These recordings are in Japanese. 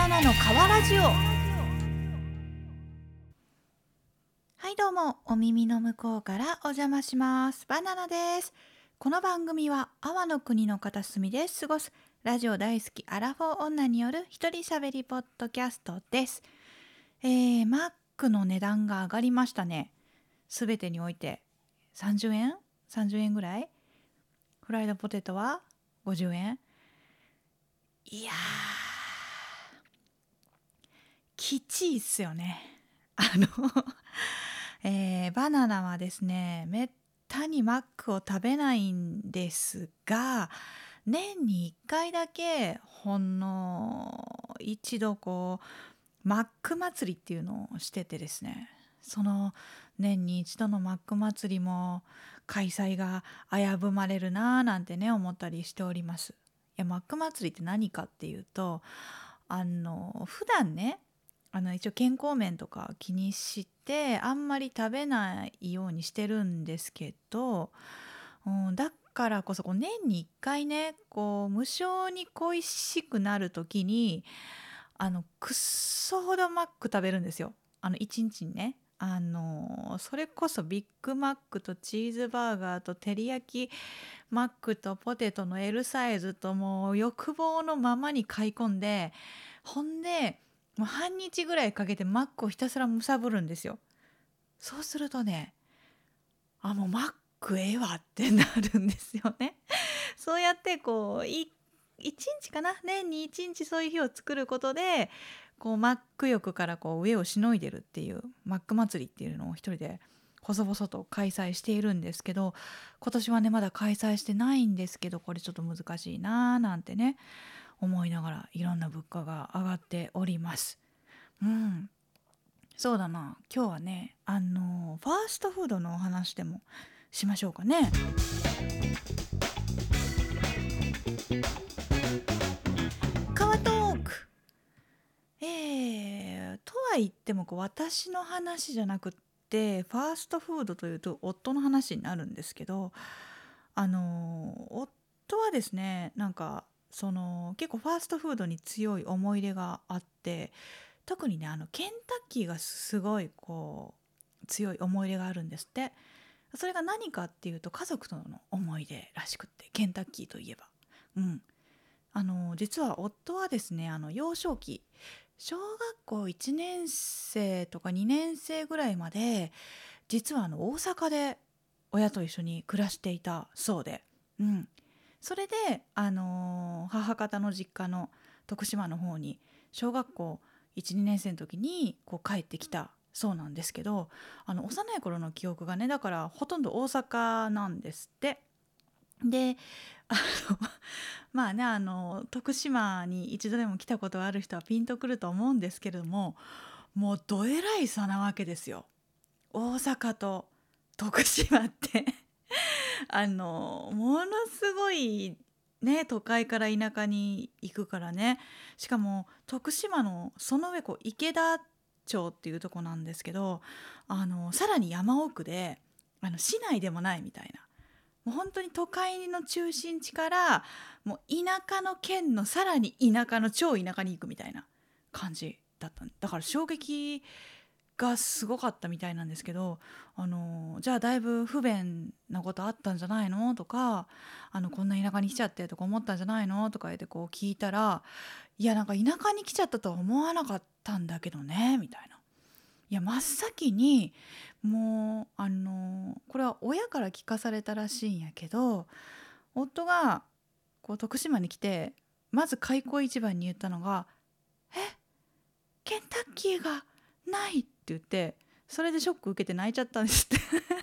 ナナの川ラジオ。はいどうも、お耳の向こうからお邪魔します。バナナです。この番組は阿波の国の片隅で過ごすラジオ大好きアラフォー女による一人喋りポッドキャストです。マックの値段が上がりましたね。すべてにおいて30円 ?30 円ぐらい。フライドポテトは50円。いやー、きちいっすよね。バナナはですね、めったにマックを食べないんですが、年に1回だけほんの一度マック祭りっていうのをしててですね、その年に一度のマック祭りも開催が危ぶまれるなぁなんてね思ったりしております。いや、マック祭りって何かっていうと、普段ね、一応健康面とか気にしてあんまり食べないようにしてるんですけど、だからこそ年に1回ね無性に恋しくなる時にくっそほどマック食べるんですよ。1日にね、それこそビッグマックとチーズバーガーと照り焼きマックとポテトの L サイズと、もう欲望のままに買い込んで、ほんでもう半日ぐらいかけてマックをひたすら貪るんですよ。そうするとね、もうマックええわってなるんですよね。そうやって一日かな、年に一日そういう日を作ることでマック欲から上をしのいでるっていうマック祭りっていうのを一人で細々と開催しているんですけど、今年はねまだ開催してないんですけど、これちょっと難しいなーなんてね思いながら、いろんな物価が上がっております。うん、そうだな、今日はねファーストフードのお話でもしましょうかね。カワトーク。とは言っても私の話じゃなくって、ファーストフードというと夫の話になるんですけど、夫はですね、なんか結構ファーストフードに強い思い入れがあって、特にねケンタッキーがすごい強い思い入れがあるんですって。それが何かっていうと、家族との思い出らしくって、ケンタッキーといえば、実は夫はですね、幼少期、小学校1年生とか2年生ぐらいまで、実は大阪で親と一緒に暮らしていたそうで、それで、母方の実家の徳島の方に小学校1、2年生の時に帰ってきたそうなんですけど、幼い頃の記憶がね、だからほとんど大阪なんですって。で、あのまあね、徳島に一度でも来たことがある人はピンとくると思うんですけれども、もうどえらい差なわけですよ、大阪と徳島ってものすごいね、都会から田舎に行くからね。しかも徳島のその上池田町っていうとこなんですけど、さらに山奥で市内でもないみたいな、もう本当に都会の中心地からもう田舎の県のさらに田舎の超田舎に行くみたいな感じだっただから衝撃がすごかったみたいなんですけど、じゃあだいぶ不便なことあったんじゃないのとか、こんな田舎に来ちゃってとか思ったんじゃないのとか言って聞いたら、いやなんか田舎に来ちゃったとは思わなかったんだけどねみたいな。いや真っ先にもうこれは親から聞かされたらしいんやけど、夫が徳島に来てまず開口一番に言ったのが「え、ケンタッキーがない」って言って、それでショック受けて泣いちゃったんですって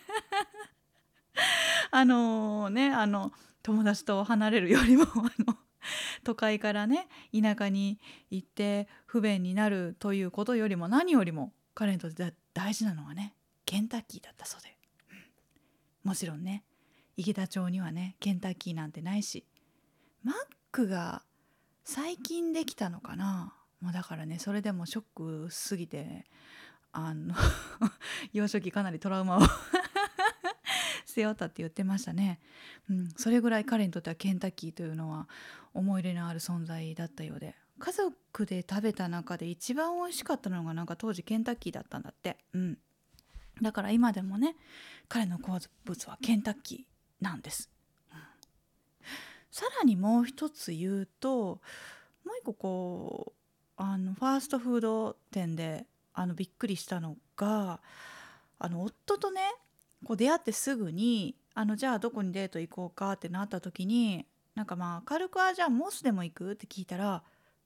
友達と離れるよりも都会からね田舎に行って不便になるということよりも、何よりも彼にとって大事なのはねケンタッキーだったそうで、もちろんね池田町にはねケンタッキーなんてないし、マックが最近できたのかな。もうだからね、それでもショックすぎてあの幼少期かなりトラウマを背負ったって言ってましたね。それぐらい彼にとってはケンタッキーというのは思い入れのある存在だったようで、 家族で食べた中で一番美味しかったのがなんか当時ケンタッキーだったんだって。だから今でもね、彼の好物はケンタッキーなんです。さらにもう一つ言うと、もう一個ファーストフード店でびっくりしたのが、夫とね出会ってすぐにじゃあどこにデート行こうかってなった時に、なんか軽くじゃあモスでも行くって聞いたら、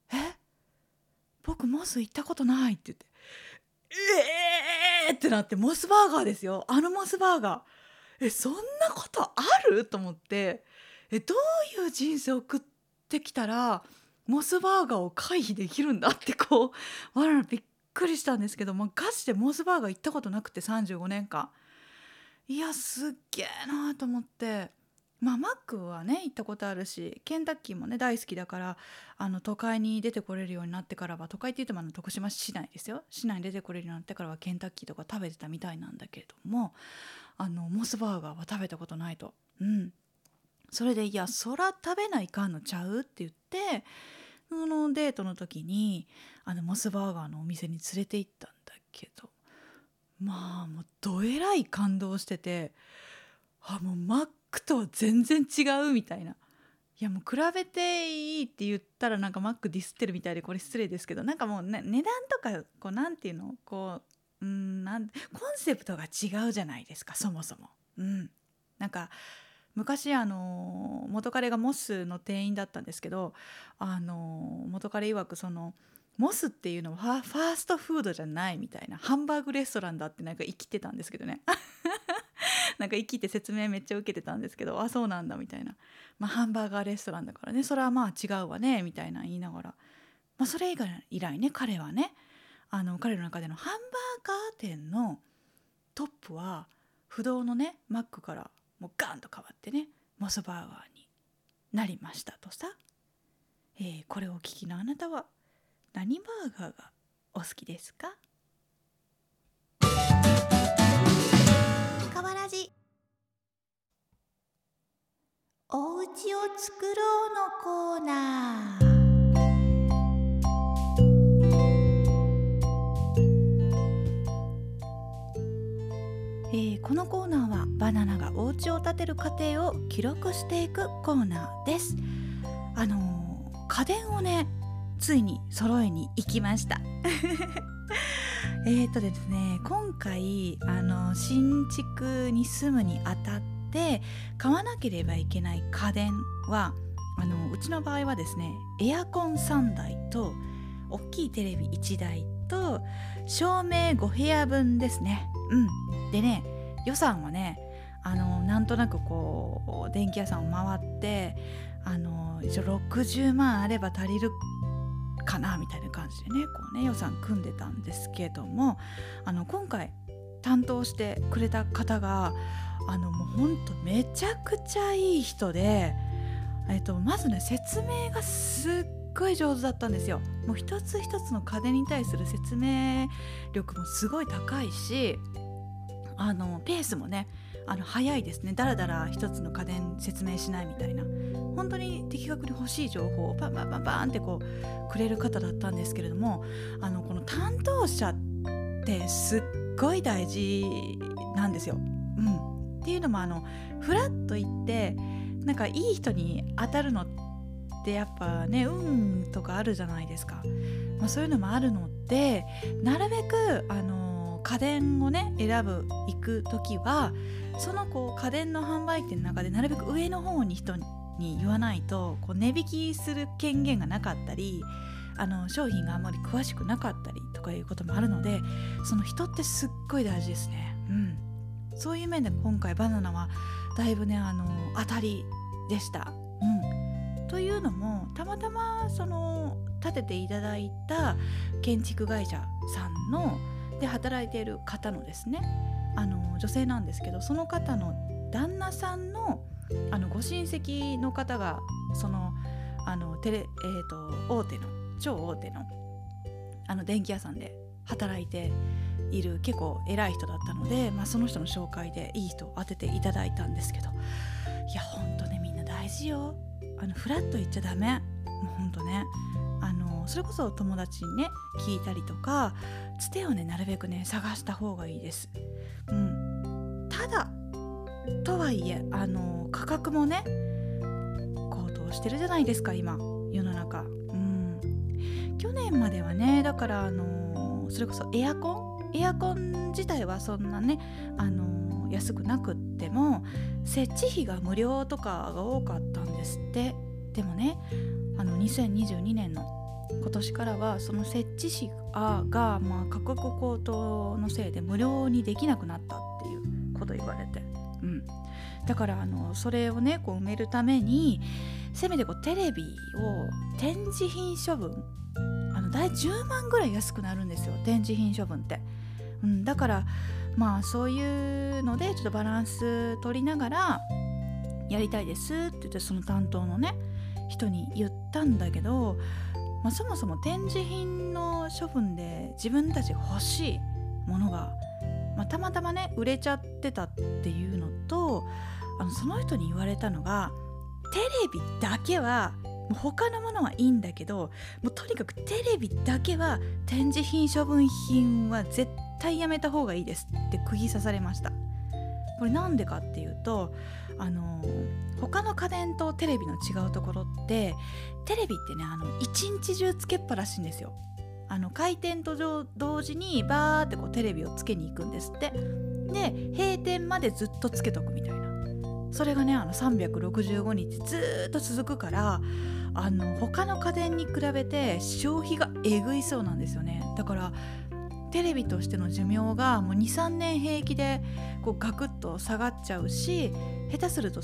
僕モス行ったことないって言って、ってなって、モスバーガーですよ、モスバーガー。そんなことあると思って、どういう人生を送ってきたらモスバーガーを回避できるんだってわらびっくりしたんですけど、ガチでモスバーガー行ったことなくて35年間。いやすっげえなと思って、マックはね行ったことあるし、ケンタッキーもね大好きだから、都会に出てこれるようになってからは、都会って言っても徳島市内ですよ、市内に出てこれるようになってからはケンタッキーとか食べてたみたいなんだけれども、モスバーガーは食べたことないと。それで、いやそら食べないかんのちゃうって言って、そのデートの時にモスバーガーのお店に連れて行ったんだけど、もうどえらい感動してて、もうマックとは全然違うみたいな。いやもう比べていいって言ったらなんかマックディスってるみたいでこれ失礼ですけど、なんかもう、ね、値段とかなんていうのコンセプトが違うじゃないですか、そもそも。なんか昔元彼がモスの店員だったんですけど、元彼曰くモスっていうのはファーストフードじゃないみたいな、ハンバーグレストランだってなんか生きてたんですけどねなんか生きて説明めっちゃ受けてたんですけど、そうなんだみたいな、ハンバーガーレストランだからね、それは違うわねみたいな言いながら、それ以来ね、彼はね彼の中でのハンバーガー店のトップは不動のねマックからもうガンと変わってね、モスバーガーになりましたとさ。これをお聞きのあなたは何バーガーがお好きですか？かわらじおうちを作ろうのコーナー。このコーナーはバナナがお家を建てる過程を記録していくコーナーです。家電をねついに揃えに行きましたですね、今回新築に住むにあたって買わなければいけない家電はうちの場合はですね、エアコン3台と大きいテレビ1台と照明5部屋分ですね。でね、予算はねなんとなく電気屋さんを回って一応60万あれば足りるかなみたいな感じでね予算組んでたんですけども、今回担当してくれた方がもうほんとめちゃくちゃいい人で、まずね説明がすっごい上手だったんですよ。もう一つ一つの家電に対する説明力もすごい高いし、ペースもね早いですね。だらだら一つの家電説明しないみたいな、本当に的確に欲しい情報をバンバンバンバンってくれる方だったんですけれども、この担当者ってすっごい大事なんですよ。っていうのもフラッと行ってなんかいい人に当たるのってやっぱね運とかあるじゃないですか。そういうのもあるので、なるべく家電をね行く時はその家電の販売店の中でなるべく上の方に人に言わないと値引きする権限がなかったり、商品があんまり詳しくなかったりとかいうこともあるので、その人ってすっごい大事ですね。そういう面で今回バナナはだいぶね当たりでした。というのもたまたま建てていただいた建築会社さんので働いている方のですね女性なんですけど、その方の旦那さんのご親戚の方が大手の超大手の電気屋さんで働いている結構偉い人だったので、その人の紹介でいい人を当てていただいたんですけど、いやほんとねみんな大事よ。フラッと言っちゃダメ。もうほんとねそれこそ友達にね聞いたりとかつてをねなるべくね探した方がいいです。ただとはいえ価格もね高騰してるじゃないですか今世の中。去年まではねだからそれこそエアコン自体はそんなね安くなくっても設置費が無料とかが多かったんですって。でもね2022年の今年からはその設置費が、価格高騰のせいで無料にできなくなったっていうこと言われて、だからそれをねこう埋めるためにせめてこうテレビを展示品処分大10万ぐらい安くなるんですよ展示品処分って、だからそういうのでちょっとバランス取りながらやりたいですって言ってその担当のね人に言ったんだけど、そもそも展示品の処分で自分たちが欲しいものが、たまたまね売れちゃってたっていうのとその人に言われたのがテレビだけはもう他のものはいいんだけどもうとにかくテレビだけは展示品処分品は絶対やめた方がいいですって釘刺されました。これなんでかっていうと他の家電とテレビの違うところってテレビってね一日中つけっぱらしいんですよ。開店と同時にバーってこうテレビをつけに行くんですって。で閉店までずっとつけとくみたいな。それがね365日ずっと続くから他の家電に比べて消費がえぐいそうなんですよね。だからテレビとしての寿命がもう 2,3 年平気でこうガクッと下がっちゃうし下手すると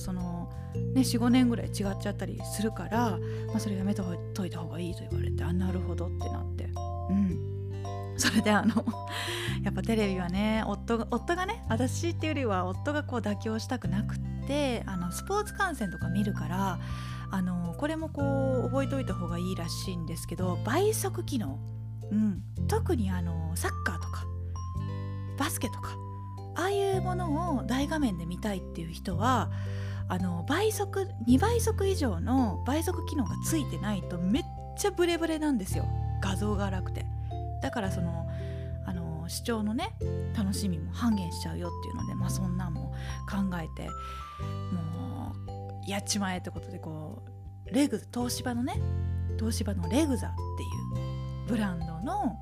4,5 年ぐらい違っちゃったりするから、それやめといた方がいいと言われてなるほどってなって、それでやっぱテレビはね夫がね私っていうよりは夫がこう妥協したくなくってスポーツ観戦とか見るからこれもこう覚えておいた方がいいらしいんですけど倍速機能、特にサッカーとかバスケとかああいうものを大画面で見たいっていう人は2倍速以上の倍速機能がついてないとめっちゃブレブレなんですよ画像が荒くて。だから視聴のね楽しみも半減しちゃうよっていうので、そんなんも考えてもうやっちまえってことでこう東芝のレグザっていうブランドの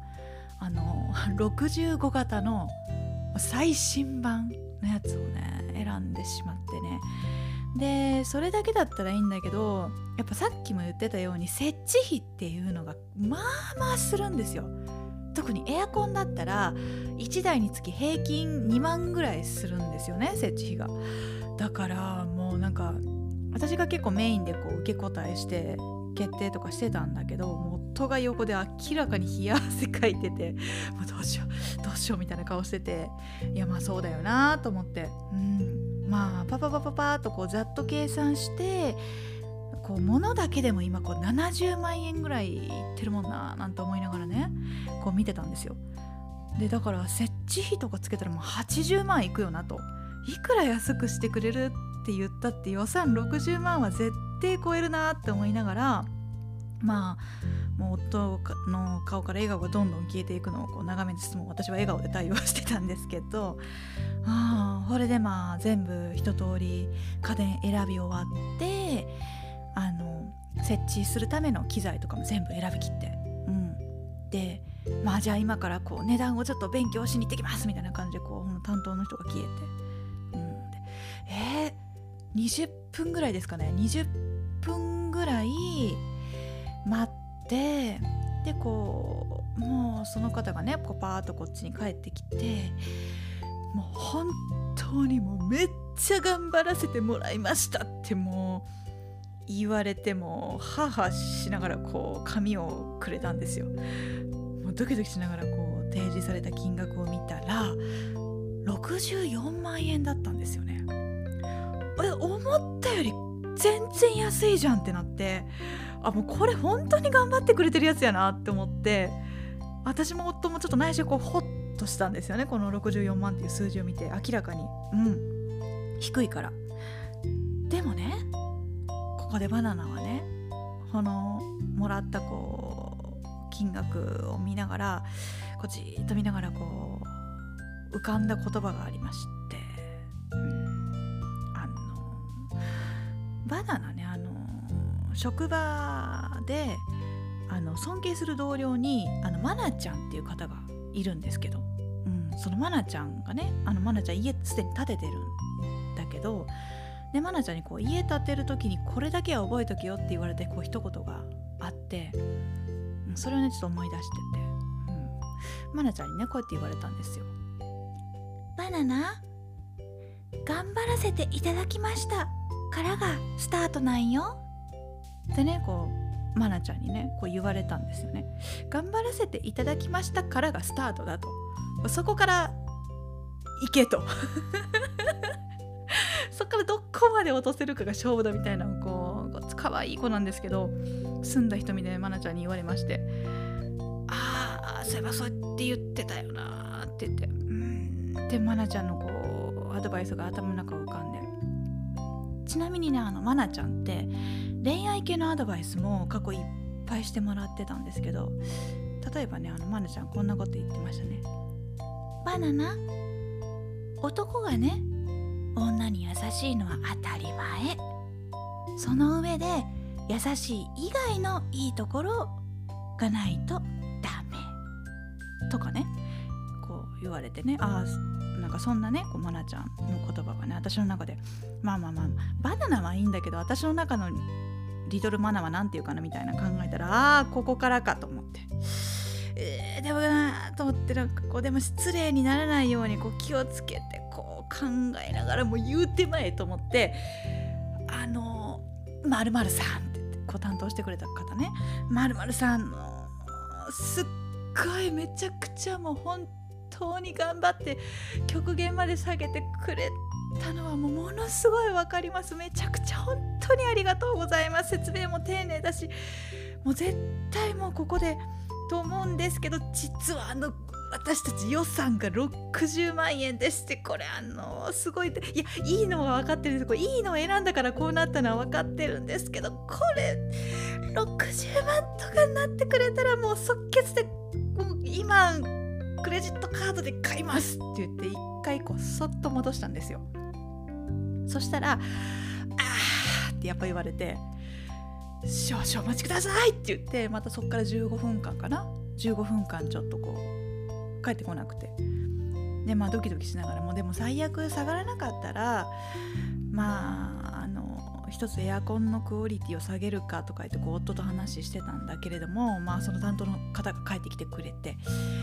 65型の最新版のやつをね選んでしまってね。でそれだけだったらいいんだけどやっぱさっきも言ってたように設置費っていうのがするんですよ。特にエアコンだったら1台につき平均2万ぐらいするんですよね設置費が。だからもうなんか私が結構メインでこう受け答えして決定とかしてたんだけどもう夫が横で明らかに冷や汗かいててもうどうしようみたいな顔してていやそうだよなと思って、パパーっとこうざっと計算してこう物だけでも今こう70万円ぐらいいってるもんななんて思いながらねこう見てたんですよ。でだから設置費とかつけたらもう80万いくよなと。いくら安くしてくれるって言ったって予算60万は絶対超えるなって思いながらもう夫の顔から笑顔がどんどん消えていくのをこう眺めつつも私は笑顔で対応してたんですけどこれで全部一通り家電選び終わって設置するための機材とかも全部選びきって、でじゃあ今からこう値段をちょっと勉強しに行ってきますみたいな感じでこう担当の人が消えて、20分ぐらいですかね20分ぐらい待ってでこうもうその方がねパーッとこっちに帰ってきてもう本当にもうめっちゃ頑張らせてもらいましたってもう言われてもハーハーしながらこう紙をくれたんですよ。もうドキドキしながらこう提示された金額を見たら64万円だったんですよね。思ったより全然安いじゃんってなってもうこれ本当に頑張ってくれてるやつやなって思って私も夫もちょっと内心こうホッとしたんですよね。この64万っていう数字を見て明らかに低いから。でもねここでバナナはねもらったこう金額を見ながらこうじーっと見ながらこう浮かんだ言葉がありまして、バナナね、職場で尊敬する同僚にマナちゃんっていう方がいるんですけど、そのマナちゃんがね、マナちゃん家すでに建ててるんだけど、でマナちゃんにこう家建てる時にこれだけは覚えとけよって言われてこう一言があって、それをねちょっと思い出してて、マナちゃんにねこうやって言われたんですよ。バナナ、頑張らせていただきましたからがスタートなんよってね、こうマナちゃんにねこう言われたんですよね。頑張らせていただきましたからがスタートだと、そこから行けとそこからどこまで落とせるかが勝負だみたいな、こう可愛い子なんですけど、澄んだ瞳でマナちゃんに言われまして、そういえばそうやって言ってたよなって言って、でマナちゃんのこうアドバイスが頭の中を浮かんで、ちなみにねマナちゃんって恋愛系のアドバイスも過去いっぱいしてもらってたんですけど、例えばねマナちゃんこんなこと言ってましたね。バナナ、男がね女に優しいのは当たり前、その上で優しい以外のいいところがないとダメとかね、こう言われてね、なんかそんなねこうマナちゃんの言葉がね私の中でバナナはいいんだけど、私の中のリトルマナはなんていうかなみたいな考えたら、ここからかと思って、でもなと思って、なんかこうでも失礼にならないようにこう気をつけてこう考えながらもう言うてまえと思って、〇〇さんって言ってこう担当してくれた方ね、〇〇さんのすっごいめちゃくちゃもう本当に頑張って極限まで下げてくれたのはものすごいわかります。めちゃくちゃ本当にありがとうございます。説明も丁寧だし、もう絶対もうここでと思うんですけど、実は私たち予算が60万円でして、これすごい、いやいいのは分かってるんです。これいいのを選んだからこうなったのは分かってるんですけど、これ60万とかになってくれたらもう即決でもう今クレジットカードで買いますって言って一回こうそっと戻したんですよ。そしたらってやっぱ言われて、少々お待ちくださいって言って、またそっから15分間ちょっとこう帰ってこなくて、でドキドキしながらも、でも最悪下がらなかったら一つエアコンのクオリティを下げるかとか言ってこう夫と話してたんだけれども、その担当の方が帰ってきてくれて、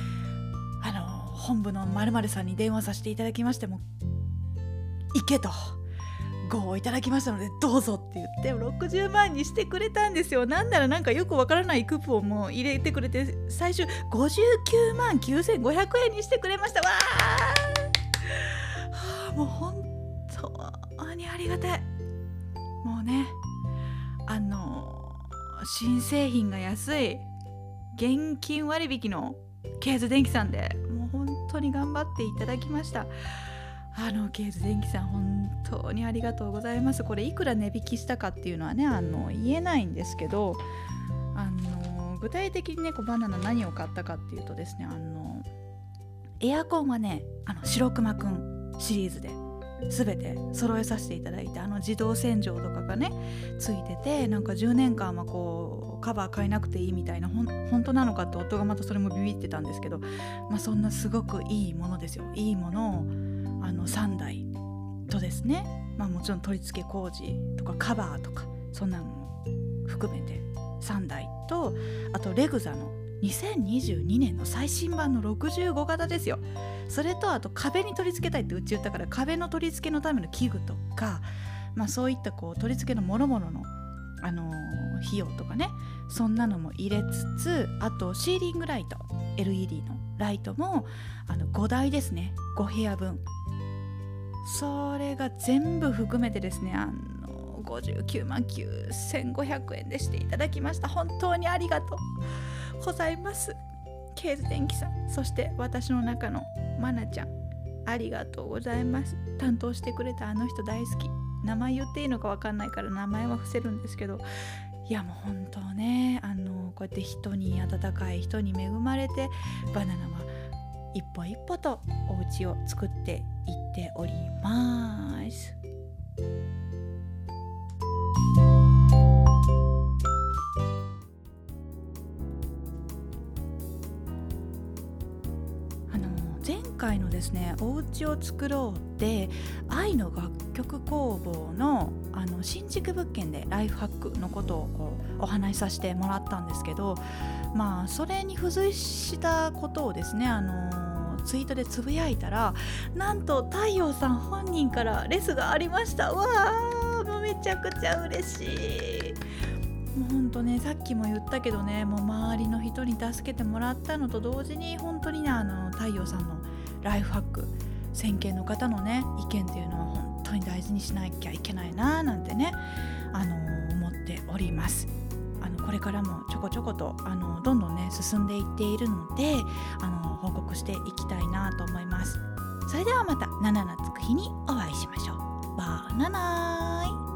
本部の〇〇さんに電話させていただきまして、も行けとごをいただきましたのでどうぞって言って60万にしてくれたんですよ。なんならなんかよくわからないクーポンも入れてくれて、最終59万9500円にしてくれました。もう本当にありがたい。もうね新製品が安い現金割引のケーズ電機さんでもう本当に頑張っていただきました。ケーズ電機さん本当にありがとうございます。これいくら値引きしたかっていうのはね言えないんですけど、具体的にねバナナ何を買ったかっていうとですね、エアコンはね白熊くんシリーズで全て揃えさせていただいて、自動洗浄とかがねついてて、なんか10年間はこうカバー変えなくていいみたいな、本当なのかって夫がまたそれもビビってたんですけど、そんなすごくいいものですよ。いいものを3台とですね、もちろん取り付け工事とかカバーとかそんなのも含めて3台と、あとレグザの2022年の最新版の65型ですよ。それとあと壁に取り付けたいってうち言ったから、壁の取り付けのための器具とか、そういったこう取り付けのもろもろの費用とかね、そんなのも入れつつ、あとシーリングライト LED のライトも5台ですね、5部屋分、それが全部含めてですね59万9500円でしていただきました。本当にありがとうございます。ケーズ電機さん、そして私の中のマナちゃん、ありがとうございます。担当してくれた人大好き。名前言っていいのか分かんないから名前は伏せるんですけど、 いやもう本当ね、こうやって人に温かい人に恵まれて、バナナは一歩一歩とお家を作っていっております。前回のですね、お家を作ろうで愛の楽曲工房の新築物件でライフハックのことをお話しさせてもらったんですけど、それに付随したことをですね、ツイートでつぶやいたら、なんと太陽さん本人からレスがありました。わー、もうめちゃくちゃ嬉しい。もうほんとね、さっきも言ったけどね、もう周りの人に助けてもらったのと同時に、本当にね、太陽さんのライフハック、先見の方のね意見っていうのは本当に大事にしなきゃいけないななんてね、思っております。これからもちょこちょことどんどんね進んでいっているので、報告していきたいなと思います。それではまた7つく日にお会いしましょう。バナナーイ。